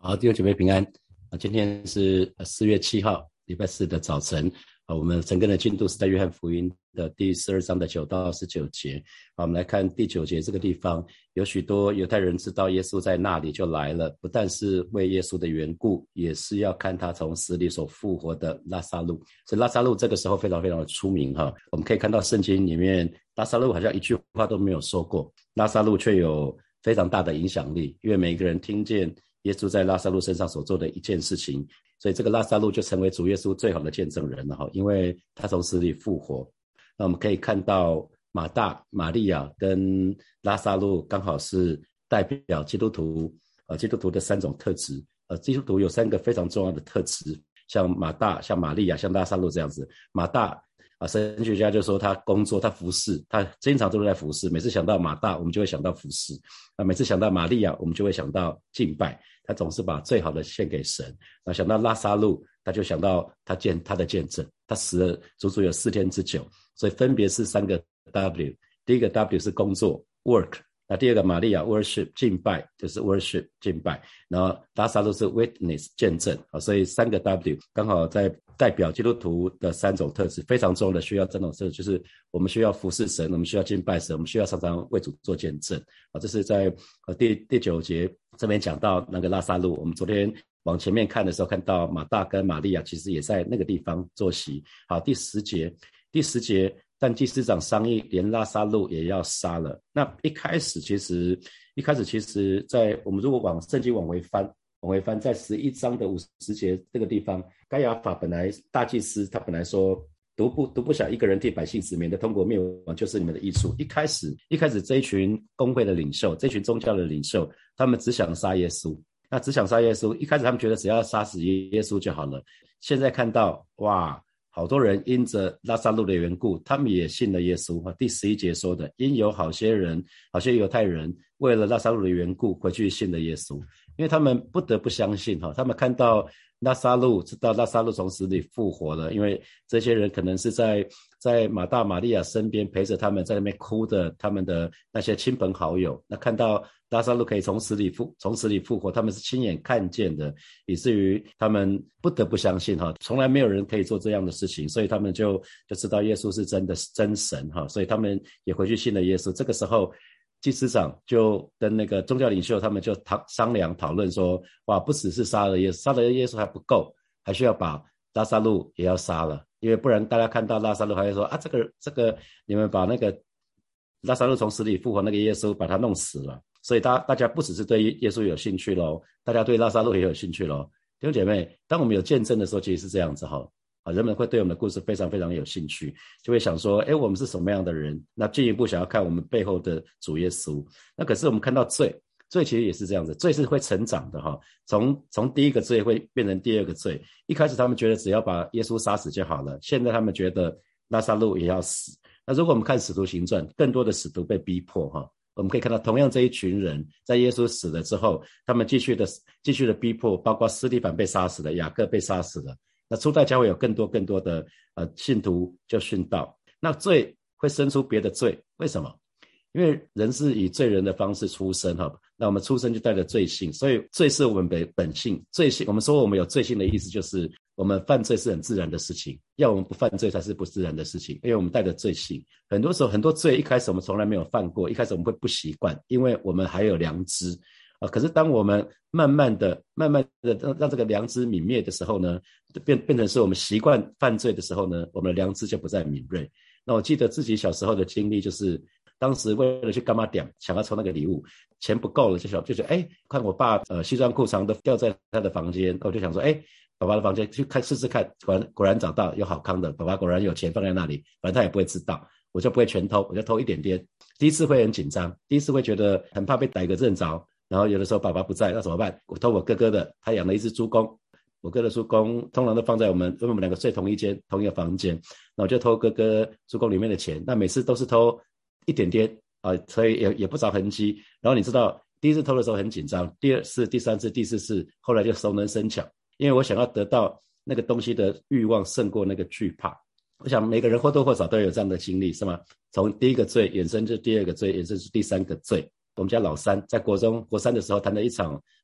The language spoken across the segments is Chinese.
好，弟兄姐妹平安今天是4月7号礼拜四的早晨我们整个的进度是在约翰福音的第12章的9到19节我们来看第9节这个地方，有许多犹太人知道耶稣在那里就来了，不但是为耶稣的缘故，也是要看他从死里所复活的拉撒路。所以拉撒路这个时候非常非常的出名我们可以看到圣经里面拉撒路好像一句话都没有说过，拉撒路却有非常大的影响力，因为每个人听见耶稣在拉撒路身上所做的一件事情，所以这个拉撒路就成为主耶稣最好的见证人了因为他从死里复活。那我们可以看到马大、玛利亚跟拉撒路刚好是代表基督徒基督徒的3种特质基督徒有3个非常重要的特质，像马大、像玛利亚、像拉撒路这样子。马大神学家就说他工作，他服侍，他经常都在服侍，每次想到马大我们就会想到服侍每次想到玛利亚我们就会想到敬拜，他总是把最好的献给神。想到拉撒路他就想到他的见证，他死了足足有4天之久，所以分别是3个 W。 第一个 W 是工作 work， 那第二个玛利亚 worship 敬拜，就是 worship 敬拜，然后拉撒路是 witness 见证所以3个 W 刚好在代表基督徒的3种特质，非常重要的需要这种特质，就是我们需要服侍神，我们需要敬拜神，我们需要常常为主做见证这是在第9节这边讲到那个拉撒路。我们昨天往前面看的时候看到马大跟玛利亚其实也在那个地方坐席。好，第10节但祭司长商议连拉撒路也要杀了。那一开始其实在我们如果往圣经往回翻在11章的50节这个地方，该亚法本来大祭司他本来说独不想一个人替百姓死，免得通国灭亡，就是你们的益处。一开始这一群公会的领袖，这群宗教的领袖，他们只想杀耶稣。那只想杀耶稣，一开始他们觉得只要杀死耶稣就好了。现在看到哇，好多人因着拉撒路的缘故，他们也信了耶稣第11节说的，因有好些犹太人为了拉撒路的缘故回去信了耶稣，因为他们不得不相信他们看到拉撒路，知道拉撒路从死里复活了，因为这些人可能是在马大玛利亚身边陪着他们在那边哭的他们的那些亲朋好友，那看到拉撒路可以从死里复活，他们是亲眼看见的，以至于他们不得不相信从来没有人可以做这样的事情，所以他们就知道耶稣是真神所以他们也回去信了耶稣。这个时候祭司长就跟那个宗教领袖他们就商量讨论说，哇，不只是杀了耶稣还不够，还需要把拉撒路也要杀了，因为不然大家看到拉撒路还会说这个你们把那个拉撒路从死里复活那个耶稣把他弄死了。所以大家不只是对耶稣有兴趣咯，大家对拉撒路也有兴趣咯。弟兄姐妹，当我们有见证的时候其实是这样子人们会对我们的故事非常非常有兴趣，就会想说我们是什么样的人，那进一步想要看我们背后的主耶稣。那可是我们看到罪其实也是这样子，罪是会成长的从第一个罪会变成第二个罪。一开始他们觉得只要把耶稣杀死就好了，现在他们觉得拉撒路也要死。那如果我们看使徒行传，更多的使徒被逼迫我们可以看到同样这一群人在耶稣死了之后，他们继续的逼迫，包括司提反被杀死了，雅各被杀死了，那初代教会有更多的信徒就殉道。那罪会生出别的罪，为什么？因为人是以罪人的方式出生那我们出生就带着罪性，所以罪是我们本性。罪性，我们说我们有罪性的意思就是我们犯罪是很自然的事情，要我们不犯罪才是不自然的事情，因为我们带着罪性。很多时候很多罪一开始我们从来没有犯过，一开始我们会不习惯，因为我们还有良知可是当我们慢慢的让这个良知泯灭的时候呢，变成是我们习惯犯罪的时候呢，我们的良知就不再敏锐。那我记得自己小时候的经历，就是当时为了去干妈店想要抽那个礼物，钱不够了，就觉得看我爸西装裤长的掉在他的房间，我就想说爸爸的房间去看试试看，果然找到有好康的，爸爸果然有钱放在那里，反正他也不会知道，我就不会全偷，我就偷一点点。第一次会很紧张，第一次会觉得很怕被逮个正着，然后有的时候爸爸不在，那怎么办？我偷我哥哥的，他养了一只猪公，我哥的猪公通常都放在因为我们两个睡同一个房间，那我就偷哥哥猪公里面的钱，那每次都是偷一点点所以也不着痕迹。然后你知道第一次偷的时候很紧张，第二次第三次第四次后来就熟能生巧，因为我想要得到那个东西的欲望胜过那个惧怕。我想每个人或多或少都有这样的经历，是吗？从第一个罪衍生至第二个罪，衍生至第三个罪。我们家老三在国三的时候谈了一场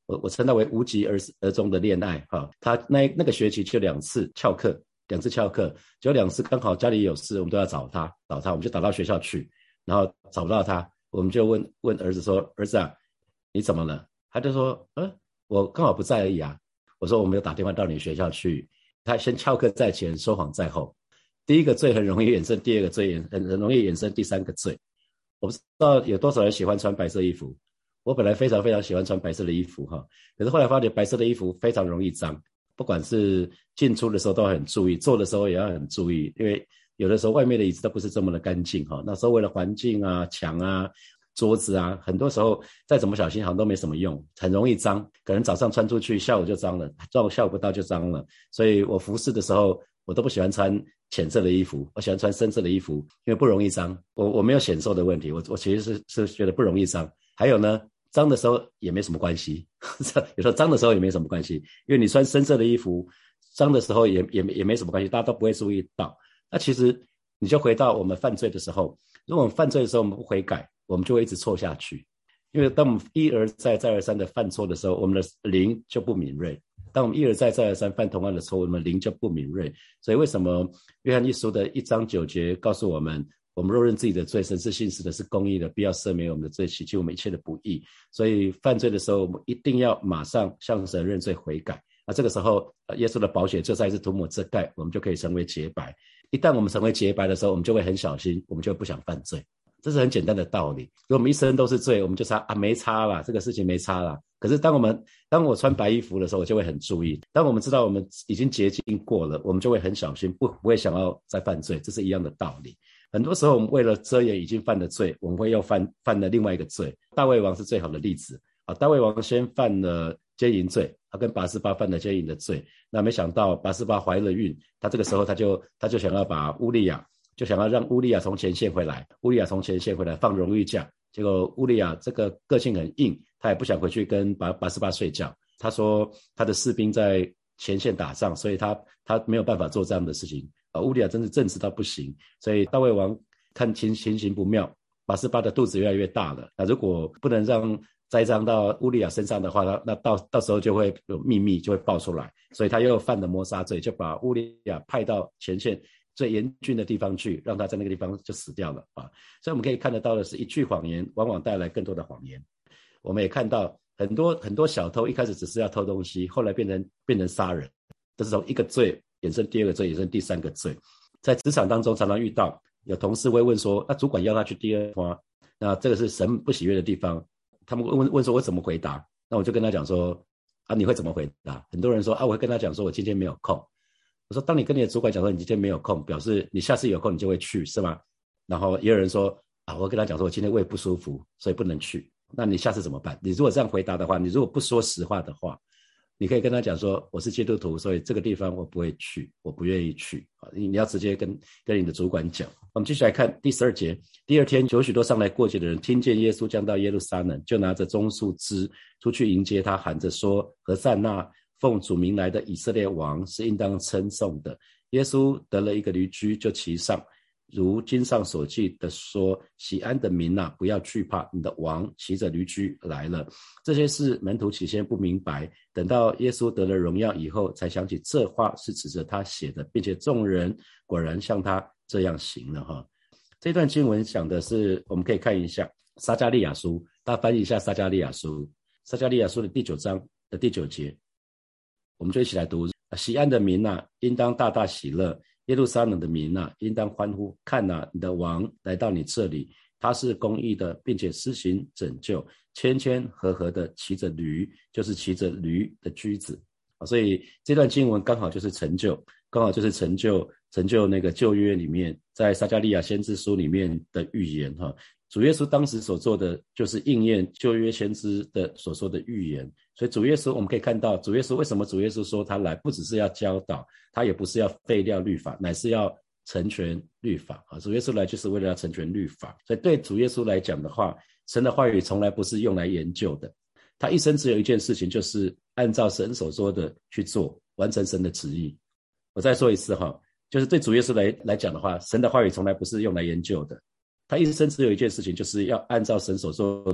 我称它为无疾而终的恋爱哈。他那个学期就2次翘课，就2次刚好家里有事，我们都要找他，我们就打到学校去，然后找不到他，我们就问儿子说，儿子啊，你怎么了？他就说，我刚好不在而已啊。我说我没有打电话到你学校去。他先翘课在前，说谎在后。第一个罪很容易衍生第二个罪，很容易衍生第三个罪。我不知道有多少人喜欢穿白色衣服，我本来非常非常喜欢穿白色的衣服哈，可是后来发觉白色的衣服非常容易脏，不管是进出的时候都要很注意，坐的时候也要很注意，因为有的时候外面的椅子都不是这么的干净哈。那时候为了环境啊、墙啊、桌子啊，很多时候再怎么小心好像都没什么用，很容易脏，可能早上穿出去，下午就脏了，下午不到就脏了。所以我服侍的时候，我都不喜欢穿浅色的衣服，我喜欢穿深色的衣服，因为不容易脏。我没有显瘦的问题，我其实是觉得不容易脏。还有呢，脏的时候也没什么关系，有时候脏的时候也没什么关系，因为你穿深色的衣服，脏的时候也没什么关系，大家都不会注意到。那其实你就回到我们犯罪的时候，如果我们犯罪的时候我们不悔改，我们就会一直错下去。因为当我们一而再再而三的犯错的时候，我们的灵就不敏锐。当我们一而再再而三犯同样的错误，我们灵就不敏锐。所以为什么约翰一书的1章9节告诉我们，我们若认自己的罪，神是信实的，是公义的，必要赦免我们的罪，洗去我们一切的不义。所以犯罪的时候，我们一定要马上向神认罪悔改。这个时候耶稣的宝血就再一次涂抹遮盖，我们就可以成为洁白。一旦我们成为洁白的时候，我们就会很小心，我们就不想犯罪。这是很简单的道理。如果我们一生都是罪，我们就没差啦，这个事情没差啦。可是当我穿白衣服的时候，我就会很注意。当我们知道我们已经洁净过了，我们就会很小心，不会想要再犯罪。这是一样的道理。很多时候我们为了遮掩已经犯的罪，我们会又犯了另外一个罪。大卫王是最好的例子啊。大卫王先犯了奸淫罪，他跟拔示巴犯了奸淫的罪。那没想到拔示巴怀了孕，他这个时候他就想要把乌利亚，就想要让乌利亚从前线回来，放荣誉假。结果乌利亚这个个性很硬，他也不想回去跟拔示巴睡觉。他说他的士兵在前线打仗，所以他没有办法做这样的事情。乌利亚真是正直到不行，所以大卫王看情形不妙，拔示巴的肚子越来越大了。那如果不能让栽赃到乌利亚身上的话，那到时候就会有秘密就会爆出来，所以他又犯了谋杀罪，就把乌利亚派到前线最严峻的地方去，让他在那个地方就死掉了啊。所以我们可以看得到的是，一句谎言往往带来更多的谎言。我们也看到很多小偷一开始只是要偷东西，后来变成杀人，这是从一个罪衍生第二个罪，衍生第三个罪。在职场当中常常遇到有同事会问说，那主管要他去第二花，那这个是神不喜悦的地方。他们问说我怎么回答，那我就跟他讲说你会怎么回答？很多人说我会跟他讲说我今天没有空。我说当你跟你的主管讲说你今天没有空，表示你下次有空你就会去，是吗？然后也有人说我跟他讲说我今天胃不舒服，所以不能去。那你下次怎么办？你如果这样回答的话，你如果不说实话的话，你可以跟他讲说我是基督徒，所以这个地方我不会去，我不愿意去。你要直接跟你的主管讲。我们继续来看第12节。第二天有许多上来过节的人听见耶稣将到耶路撒冷，就拿着棕树枝出去迎接他，喊着说，何塞那，奉主名来的以色列王是应当称颂的。耶稣得了一个驴驹就骑上，如经上所记的说，喜安的民啊，不要惧怕，你的王骑着驴驹来了。这些事门徒起先不明白，等到耶稣得了荣耀以后，才想起这话是指着他写的，并且众人果然像他这样行了哈。这段经文讲的是，我们可以看一下撒迦利亚书，大家翻译一下撒迦利亚书。撒迦利亚书的第9章的第9节，我们就一起来读。西安的民啊，应当大大喜乐，耶路撒冷的民啊，应当欢呼。看啊，你的王来到你这里，他是公义的，并且施行拯救，谦谦和和的骑着驴，就是骑着驴的驹子。所以这段经文刚好就是成就那个旧约里面，在撒迦利亚先知书里面的预言哈。主耶稣当时所做的就是应验旧约先知的所说的预言。所以主耶稣，我们可以看到主耶稣为什么主耶稣说他来不只是要教导，他也不是要废掉律法，乃是要成全律法。主耶稣来就是为了要成全律法。所以对主耶稣来讲的话，神的话语从来不是用来研究的，他一生只有一件事情，就是按照神所说的去做，完成神的旨意。我再说一次哈，就是对主耶稣来讲的话，神的话语从来不是用来研究的，他一生只有一件事情，就是要按照神所说的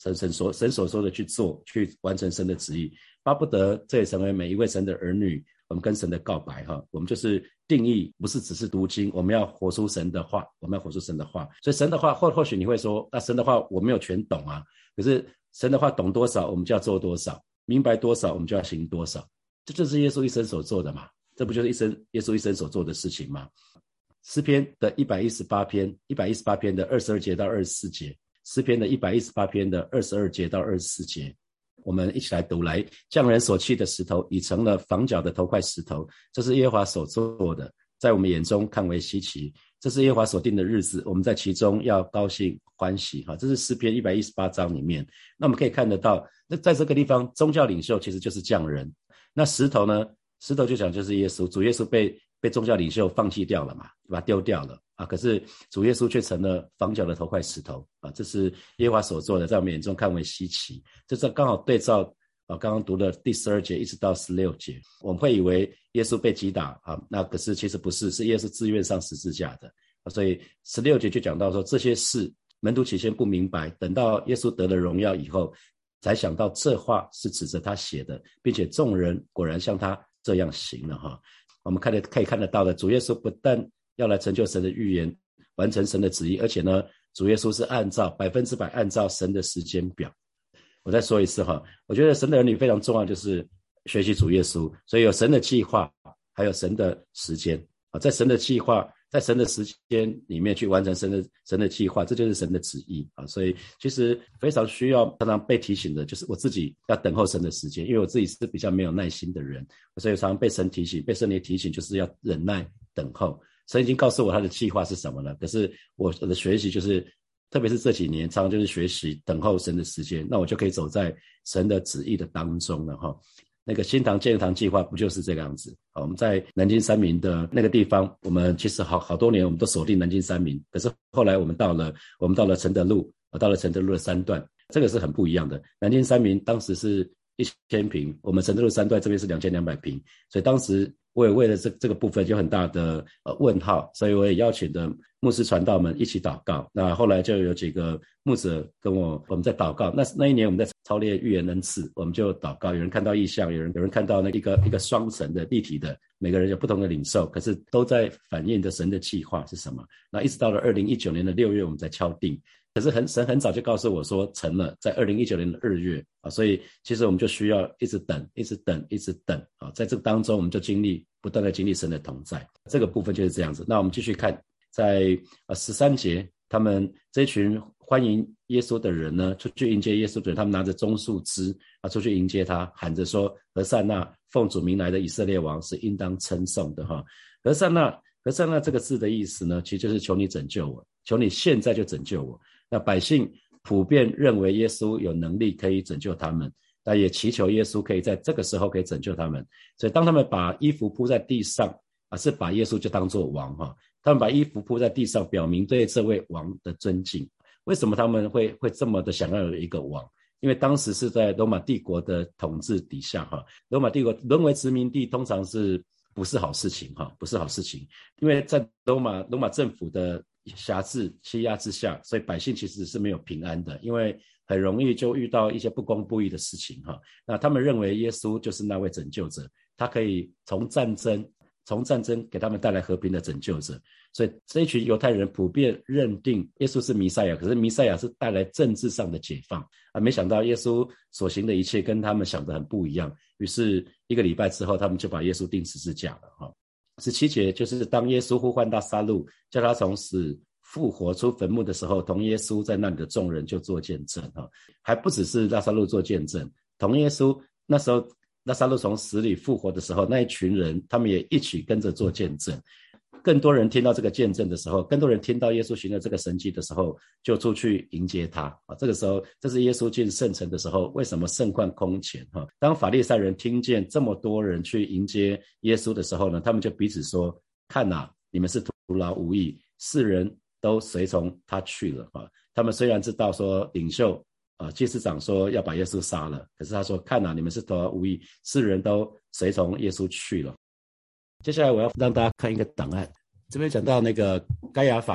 神所说的去做，去完成神的旨意，巴不得这也成为每一位神的儿女我们跟神的告白哈。我们就是定义不是只是读经，我们要活出神的话，我们要活出神的话。所以神的话或许你会说，那神的话我没有全懂啊，可是神的话懂多少我们就要做多少，明白多少我们就要行多少，这就是耶稣一生所做的嘛，这不就是耶稣一生所做的事情吗？诗篇的118篇的22节到24节，诗篇的118篇的22节到24节，我们一起来读。来，匠人所砌的石头已成了房角的头块石头，这是耶和华所做的，在我们眼中看为稀奇。这是耶和华所定的日子，我们在其中要高兴欢喜。这是诗篇118章里面。那我们可以看得到，那在这个地方宗教领袖其实就是匠人，那石头呢，石头就讲就是耶稣，主耶稣被宗教领袖放弃掉了嘛，把它丢掉了啊。可是主耶稣却成了房角的头块石头啊，这是耶和华所做的，在我们眼中看为稀奇。这刚好对照刚刚读的第12节一直到16节，我们会以为耶稣被击打啊，那可是其实不是，是耶稣自愿上十字架的所以16节就讲到说，这些事门徒起先不明白，等到耶稣得了荣耀以后，才想到这话是指着他写的，并且众人果然像他这样行了哈。我们可以看得到的，主耶稣不但要来成就神的预言，完成神的旨意，而且呢，主耶稣是100%按照神的时间表。我再说一次哈，我觉得神的儿女非常重要，就是学习主耶稣，所以有神的计划，还有神的时间在神的计划，在神的时间里面去完成神的计划，这就是神的旨意所以其实非常需要常常被提醒的，就是我自己要等候神的时间，因为我自己是比较没有耐心的人，所以常常被神提醒，被圣灵提醒，就是要忍耐等候。神已经告诉我他的计划是什么了，可是我的学习就是特别是这几年常常就是学习等候神的时间，那我就可以走在神的旨意的当中了哈。那个新堂建堂计划不就是这个样子我们在南京三民的那个地方，我们其实好多年我们都锁定南京三民，可是后来我们到了承德路，到了承德路的3段，这个是很不一样的。南京三民当时是1000坪，我们承德路3段这边是2200坪，所以当时我也为了这个部分有很大的问号，所以我也邀请的牧师传道们一起祷告。那后来就有几个牧者跟我们在祷告。那一年我们在操练预言恩赐，我们就祷告，有人看到异象，有人看到那一个双层的立体的，每个人有不同的领受，可是都在反映着神的计划是什么。那一直到了2019年的6月我们才敲定，可是神很早就告诉我说成了，在2019年的2月所以其实我们就需要一直等在这个当中我们就不断的经历神的同在，这个部分就是这样子。那我们继续看在13节，他们这群欢迎耶稣的人呢，出去迎接耶稣的人，他们拿着棕树枝出去迎接他，喊着说何塞那，奉主名来的以色列王是应当称颂的何塞那这个字的意思呢，其实就是求你拯救我，求你现在就拯救我。那百姓普遍认为耶稣有能力可以拯救他们，那也祈求耶稣可以在这个时候可以拯救他们。所以当他们把衣服铺在地上是把耶稣就当作王他们把衣服铺在地上，表明对这位王的尊敬。为什么他们会这么的想要有一个王？因为当时是在罗马帝国的统治底下罗马帝国沦为殖民地通常是不是好事情不是好事情，因为在罗马政府的辖制欺压之下，所以百姓其实是没有平安的，因为很容易就遇到一些不公不义的事情那他们认为耶稣就是那位拯救者，他可以从战争给他们带来和平的拯救者，所以这一群犹太人普遍认定耶稣是弥赛亚，可是弥赛亚是带来政治上的解放没想到耶稣所行的一切跟他们想的很不一样，于是1个礼拜之后他们就把耶稣钉十字架了17节就是当耶稣呼唤拉撒路，叫他从死复活出坟墓的时候，同耶稣在那里的众人就做见证还不只是拉撒路做见证，同耶稣那时候拉撒路从死里复活的时候，那一群人他们也一起跟着做见证。更多人听到这个见证的时候，更多人听到耶稣行了这个神迹的时候，就出去迎接他这个时候这是耶稣进圣城的时候，为什么盛况空前当法利赛人听见这么多人去迎接耶稣的时候呢，他们就彼此说，看你们是徒劳无益，世人都随从他去了他们虽然知道说领袖祭司长说要把耶稣杀了，可是他说看你们是徒劳无益，世人都随从耶稣去了。接下来我要让大家看一个档案，这边讲到那个该亚法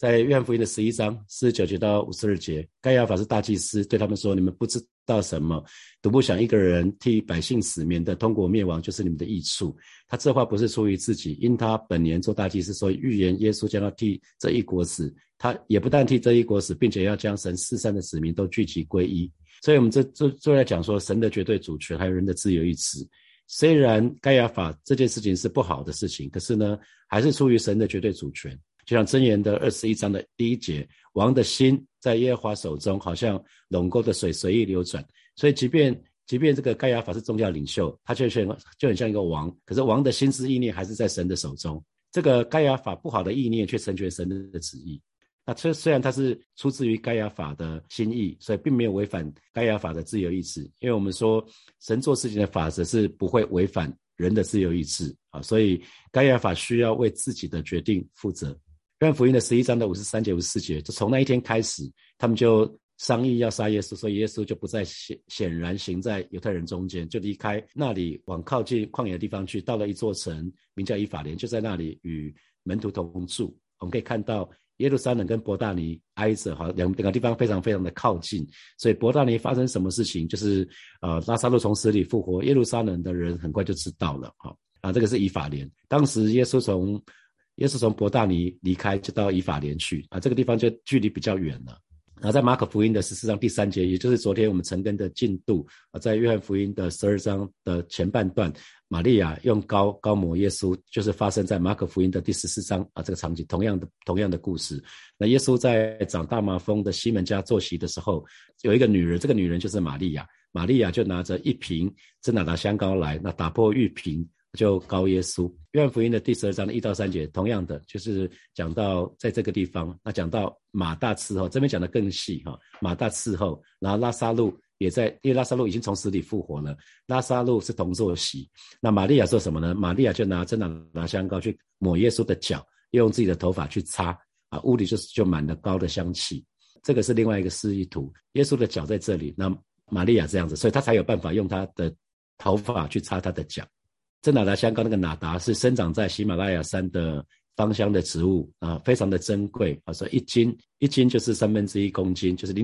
在约翰福音的11章49节到52节，该亚法是大祭司，对他们说，你们不知道什么，独不想一个人替百姓死，免得通国灭亡，就是你们的益处。他这话不是出于自己，因他本年做大祭司，所以预言耶稣将要替这一国死，他也不但替这一国死，并且要将神四散的子民都聚集归一。所以我们这在讲说神的绝对主权还有人的自由意志。虽然该亚法这件事情是不好的事情，可是呢还是出于神的绝对主权。就像箴言的21章的1节，王的心在耶和华手中，好像垄沟的水随意流转。所以即便这个该亚法是宗教领袖，他就很像一个王，可是王的心思意念还是在神的手中。这个该亚法不好的意念却成全神的旨意。那虽然它是出自于该亚法的心意，所以并没有违反该亚法的自由意志，因为我们说神做事情的法则是不会违反人的自由意志啊，所以该亚法需要为自己的决定负责。约翰福音的11章的53节54节，就从那一天开始，他们就商议要杀耶稣，所以耶稣就不再显然行在犹太人中间，就离开那里往靠近旷野的地方去，到了一座城名叫以法莲，就在那里与门徒同住。我们可以看到耶路撒冷跟伯大尼挨着，两个地方非常非常的靠近，所以伯大尼发生什么事情，就是拉撒路从死里复活，耶路撒冷的人很快就知道了。这个是以法莲，当时耶稣从伯大尼离开，就到以法莲去这个地方就距离比较远了。然后在马可福音的14章第3节，也就是昨天我们晨更的进度在约翰福音的12章的前半段，玛利亚用膏抹耶稣，就是发生在马可福音的第14章这个场景，同样的故事。那耶稣在长大麻风的西门家坐席的时候，有一个女人，这个女人就是玛利亚就拿着一瓶真哪噠香膏来，那打破玉瓶就膏耶稣。约翰福音的第12章的1到3节，同样的就是讲到在这个地方，那讲到马大伺候，这边讲得更细马大伺候，然后拉撒路也在，因为拉撒路已经从死里复活了，拉撒路是同坐席。那玛利亚做什么呢？玛利亚就拿真哪香膏去抹耶稣的脚，用自己的头发去擦屋里就满了膏的香气。这个是另外一个示意图，耶稣的脚在这里，那玛利亚这样子，所以他才有办法用他的头发去擦他的脚。真哪噠香膏那个哪噠是生长在喜马拉雅山的芳香的植物非常的珍贵所以一斤就是1/3公斤，就是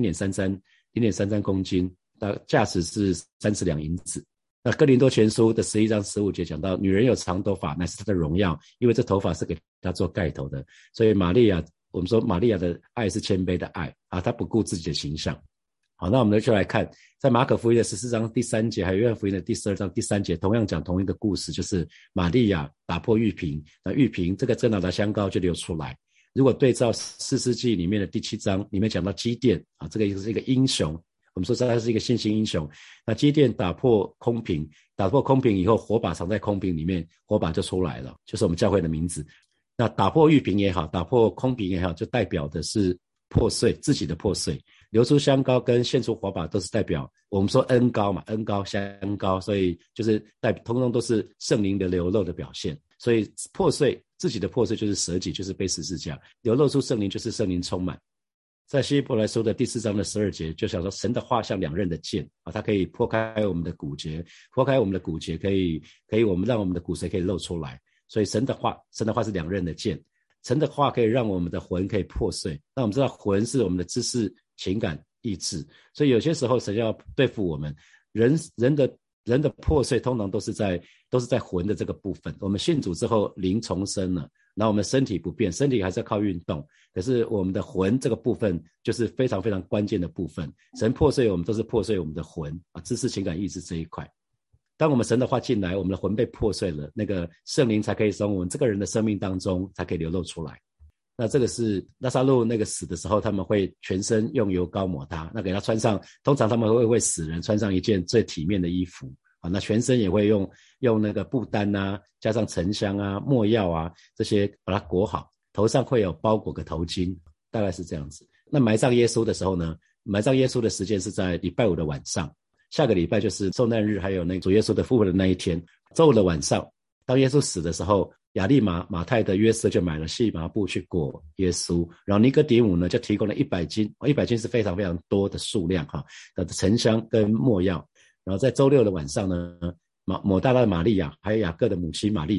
0.33公斤，那价值是30两银子。那哥林多前书的11章15节讲到，女人有长头发乃是她的荣耀，因为这头发是给她做盖头的。所以玛利亚，我们说玛利亚的爱是谦卑的爱她不顾自己的形象。好，那我们就来看在马可福音的14章第3节还有约翰福音的第12章第3节，同样讲同一个故事，就是玛利亚打破玉瓶，那玉瓶这个真哪噠香膏就流出来。如果对照士师记里面的第7章里面讲到基甸这个是一个英雄，我们说他是一个信心英雄。那基甸打破空瓶以后，火把藏在空瓶里面，火把就出来了，就是我们教会的名字。那打破玉瓶也好，打破空瓶也好，就代表的是破碎，自己的破碎。流出香膏跟献出火把都是代表我们说恩膏嘛，恩膏香膏，所以就是通通都是圣灵的流露的表现。所以破碎，自己的破碎就是舍己，就是背十字架，流露出圣灵就是圣灵充满。在希伯来书的第4章的12节就想说，神的话像2刃的剑它可以破开我们的骨节，可以让我们的骨髓可以露出来。所以神的话是2刃的剑，神的话可以让我们的魂可以破碎。那我们知道魂是我们的知识、情感、意志，所以有些时候神要对付我们，人的破碎通常都是在魂的这个部分。我们信主之后灵重生了，然后我们身体不变，身体还是要靠运动，可是我们的魂这个部分就是非常非常关键的部分。神破碎我们都是破碎我们的魂知识、情感、意志这一块。当我们神的话进来，我们的魂被破碎了，那个圣灵才可以从我们这个人的生命当中才可以流露出来。那这个是拉撒路那个死的时候，他们会全身用油膏抹他，那给他穿上，通常他们会为死人穿上一件最体面的衣服那全身也会用那个布单加上沉香没药这些把它裹好，头上会有包裹个头巾，大概是这样子。那埋葬耶稣的时候呢，埋葬耶稣的时间是在礼拜5的晚上，下个礼拜就是受难日，还有那个主耶稣的复活的那一天，周五的晚上，当耶稣死的时候，亚利马太的约瑟就买了细麻布去裹耶稣，然后尼哥底母呢就提供了100斤，100斤是非常非常多的数量的沉香跟没药。然后在周6的晚上呢，抹大拉的玛利亚还有雅各的母亲玛利亚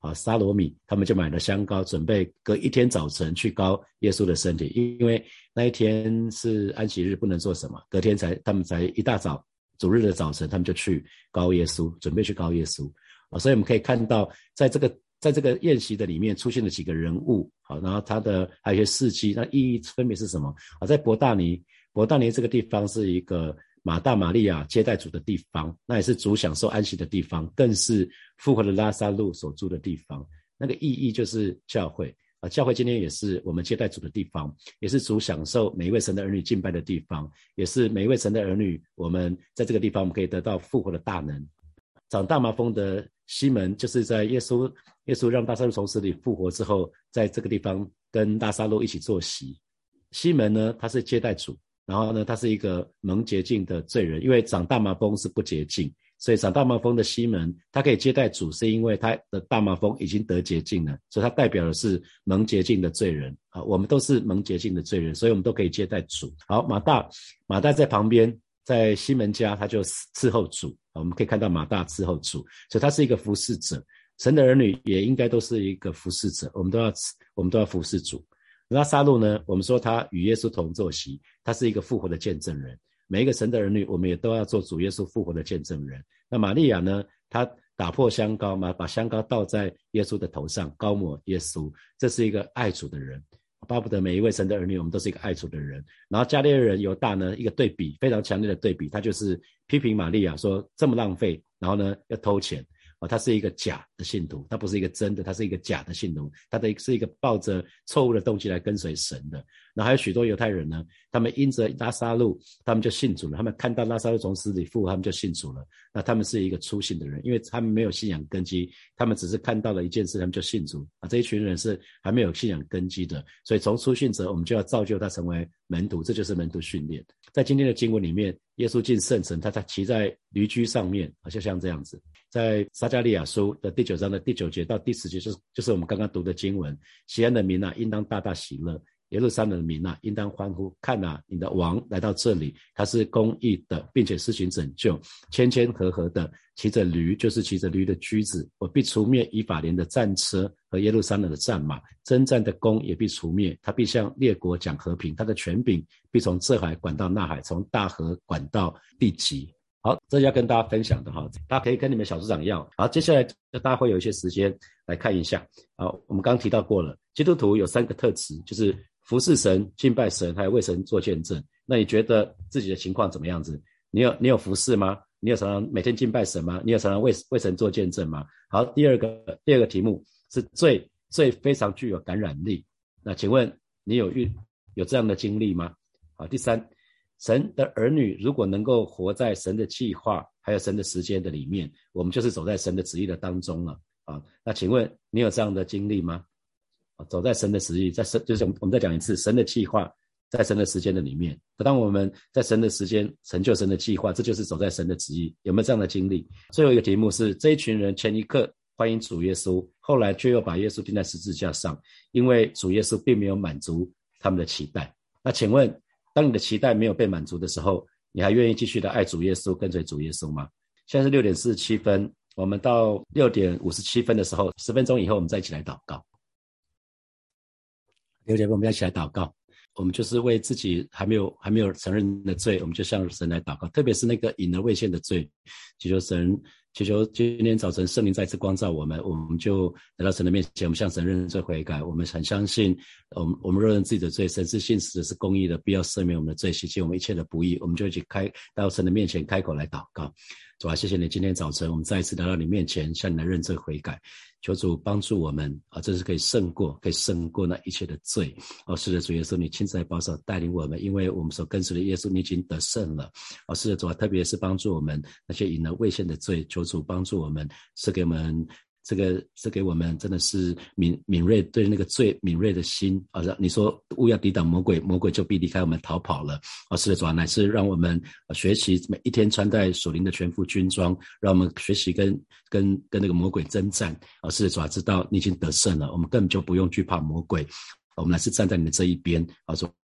沙罗米，他们就买了香膏，准备隔一天早晨去膏耶稣的身体，因为那一天是安息日，不能做什么，隔天他们才一大早主日的早晨，他们就去膏耶稣，准备去膏耶稣。所以我们可以看到在这个宴席的里面出现了几个人物，然后还有一些事迹，那意义分别是什么？在伯大尼这个地方是一个马大马利亚接待主的地方，那也是主享受安息的地方，更是复活的拉撒路所住的地方。那个意义就是教会教会今天也是我们接待主的地方，也是主享受每一位神的儿女敬拜的地方，也是每一位神的儿女我们在这个地方我们可以得到复活的大能。长大麻风的西门就是在耶稣让拉撒路从死里复活之后，在这个地方跟拉撒路一起坐席。西门呢，他是接待主，然后呢，他是一个蒙洁净的罪人，因为长大麻风是不洁净，所以长大麻风的西门他可以接待主，是因为他的大麻风已经得洁净了，所以他代表的是蒙洁净的罪人我们都是蒙洁净的罪人，所以我们都可以接待主。好，马大在旁边，在西门家他就伺候主我们可以看到马大伺候主，所以他是一个服侍者。神的儿女也应该都是一个服侍者，我们都要服侍主。拉撒路呢，我们说他与耶稣同坐席，他是一个复活的见证人。每一个神的儿女，我们也都要做主耶稣复活的见证人。那玛利亚呢，她打破香膏嘛，把香膏倒在耶稣的头上，膏抹耶稣，这是一个爱主的人。巴不得每一位神的儿女，我们都是一个爱主的人。然后加利利人犹大呢，一个对比，非常强烈的对比，他就是批评玛利亚说这么浪费，然后呢要偷钱他是一个假的信徒，他不是一个真的，他是一个假的信徒，他是一个抱着错误的动机来跟随神的。然后还有许多犹太人呢，他们因着拉撒路，他们就信主了，他们看到拉撒路从死里复活，他们就信主了。那他们是一个初信的人，因为他们没有信仰根基，他们只是看到了一件事，他们就信主这一群人是还没有信仰根基的，所以从初信者我们就要造就他成为门徒，这就是门徒训练。在今天的经文里面，耶稣进圣城，他骑在驴驹上面就像这样子。在撒迦利亚书的第9章的第9节到第10节，就是我们刚刚读的经文。西安的民应当大大喜乐，耶路撒冷的民应当欢呼，看你的王来到这里，他是公义的，并且施行拯救，谦谦和和的骑着驴，就是骑着驴的驹子。我必除灭以法莲的战车和耶路撒冷的战马，征战的弓也必除灭，他必向列国讲和平，他的权柄必从这海管到那海，从大河管到地极。好，这要跟大家分享的大家可以跟你们小组长一样。好，接下来大家会有一些时间来看一下。好，我们刚刚提到过了，基督徒有3个特质，就是服侍神、敬拜神，还有为神做见证。那你觉得自己的情况怎么样子？你有服侍吗？你有常常每天敬拜神吗？你有常常为神做见证吗？好，第二个题目是最非常具有感染力。那请问你有这样的经历吗？好，第3，神的儿女如果能够活在神的计划还有神的时间的里面，我们就是走在神的旨意的当中了那请问你有这样的经历吗？走在神的旨意，就是我们再讲一次，神的计划在神的时间的里面。当我们在神的时间成就神的计划，这就是走在神的旨意。有没有这样的经历？最后一个题目是，这一群人前一刻欢迎主耶稣，后来却又把耶稣钉在十字架上，因为主耶稣并没有满足他们的期待。那请问当你的期待没有被满足的时候，你还愿意继续的爱主耶稣，跟随主耶稣吗？现在是6点47分，我们到6点57分的时候，10分钟以后我们再一起来祷告。6点我们要一起来祷告，我们就是为自己还没有承认的罪，我们就向神来祷告，特别是那个隐而未现的罪，祈求今天早晨圣灵再次光照我们就来到神的面前，我们向神认罪悔改。我们很相信我们若认自己的罪，神是信实的，是公义的，必要赦免我们的罪，洗净我们一切的不义。我们就一起到神的面前开口来祷告。主啊，谢谢你今天早晨我们再一次来到你面前，向你来认罪悔改，求主帮助我们这是可以胜过那一切的罪是的，主耶稣你亲自来保守带领我们，因为我们所跟随的耶稣你已经得胜了是的，主啊，特别是帮助我们那些隐而未现的罪，求主帮助我们，赐给我们这给我们真的是敏锐，对那个最敏锐的心你说勿要抵挡魔鬼，魔鬼就必离开我们逃跑了是的，主啊，乃是让我们学习每一天穿戴属灵的全副军装，让我们学习跟那个魔鬼征战是的，主啊，知道你已经得胜了，我们根本就不用惧怕魔鬼，我们乃是站在你的这一边主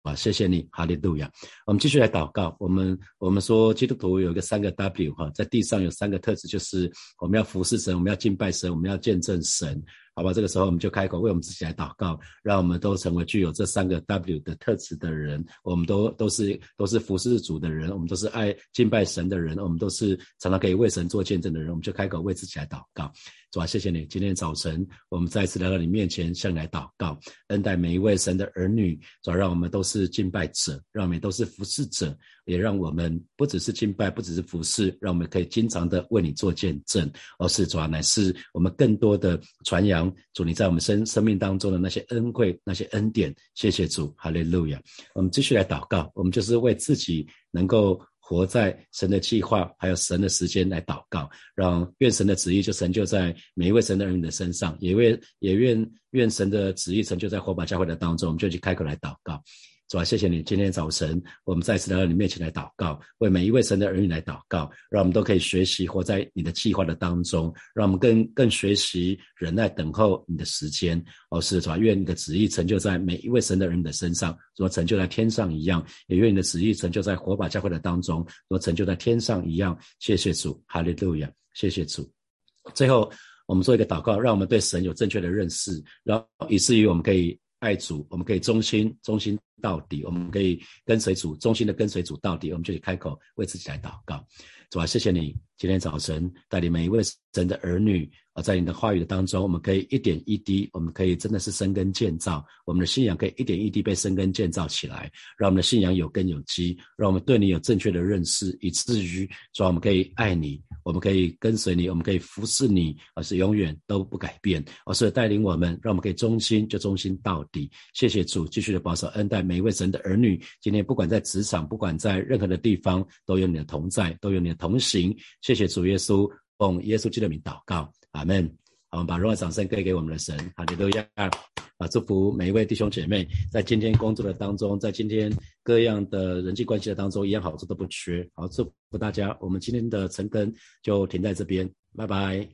啊，谢谢你，哈利路亚。我们继续来祷告。我们说基督徒有一个3个 W 哈，在地上有3个特质，就是我们要服侍神，我们要敬拜神，我们要见证神。好吧，这个时候我们就开口为我们自己来祷告，让我们都成为具有这3个 W 的特质的人。我们都是服侍主的人，我们都是爱敬拜神的人，我们都是常常可以为神做见证的人。我们就开口为自己来祷告。主啊，谢谢你，今天早晨我们再一次来到你面前，向你来祷告，恩待每一位神的儿女。主啊，让我们都是敬拜者，让我们都是服侍者，也让我们不只是敬拜，不只是服侍，让我们可以经常的为你做见证。而是主啊，乃是我们更多的传扬主你在我们生命当中的那些恩惠，那些恩典。谢谢主，哈利路亚。我们继续来祷告，我们就是为自己能够活在神的计划还有神的时间来祷告，让愿神的旨意就成就在每一位神的儿女的身上，也愿神的旨意成就在火把教会的当中。我们就去开口来祷告。主啊，谢谢你，今天早晨我们再次来到你面前来祷告，为每一位神的儿女来祷告，让我们都可以学习活在你的计划的当中，让我们更学习忍耐等候你的时间。是主啊，愿你的旨意成就在每一位神的儿女的身上，如成就在天上一样，也愿你的旨意成就在火把教会的当中，如成就在天上一样。谢谢主，哈利路亚，谢谢主。最后我们做一个祷告，让我们对神有正确的认识，然后以至于我们可以爱主，我们可以忠心到底，我们可以跟随主，忠心的跟随主到底。我们就开口为自己来祷告。主啊，谢谢你今天早晨带领每一位神的儿女在你的话语的当中，我们可以一点一滴，我们可以真的是生根建造，我们的信仰可以一点一滴被生根建造起来，让我们的信仰有根有基，让我们对你有正确的认识，以至于主啊，我们可以爱你，我们可以跟随你，我们可以服侍你，而是永远都不改变。而是带领我们，让我们可以忠心就忠心到底。谢谢主继续的保守恩待每一位神的儿女，今天不管在职场，不管在任何的地方，都有你的同在，都有你的同行。谢谢主耶稣，奉耶稣基督的名祷告，阿们。好，我们把荣耀掌声给我们的神，哈利路亚。祝福每一位弟兄姐妹在今天工作的当中，在今天各样的人际关系的当中，一样好处都不缺。好，祝福大家，我们今天的晨更就停在这边，拜拜。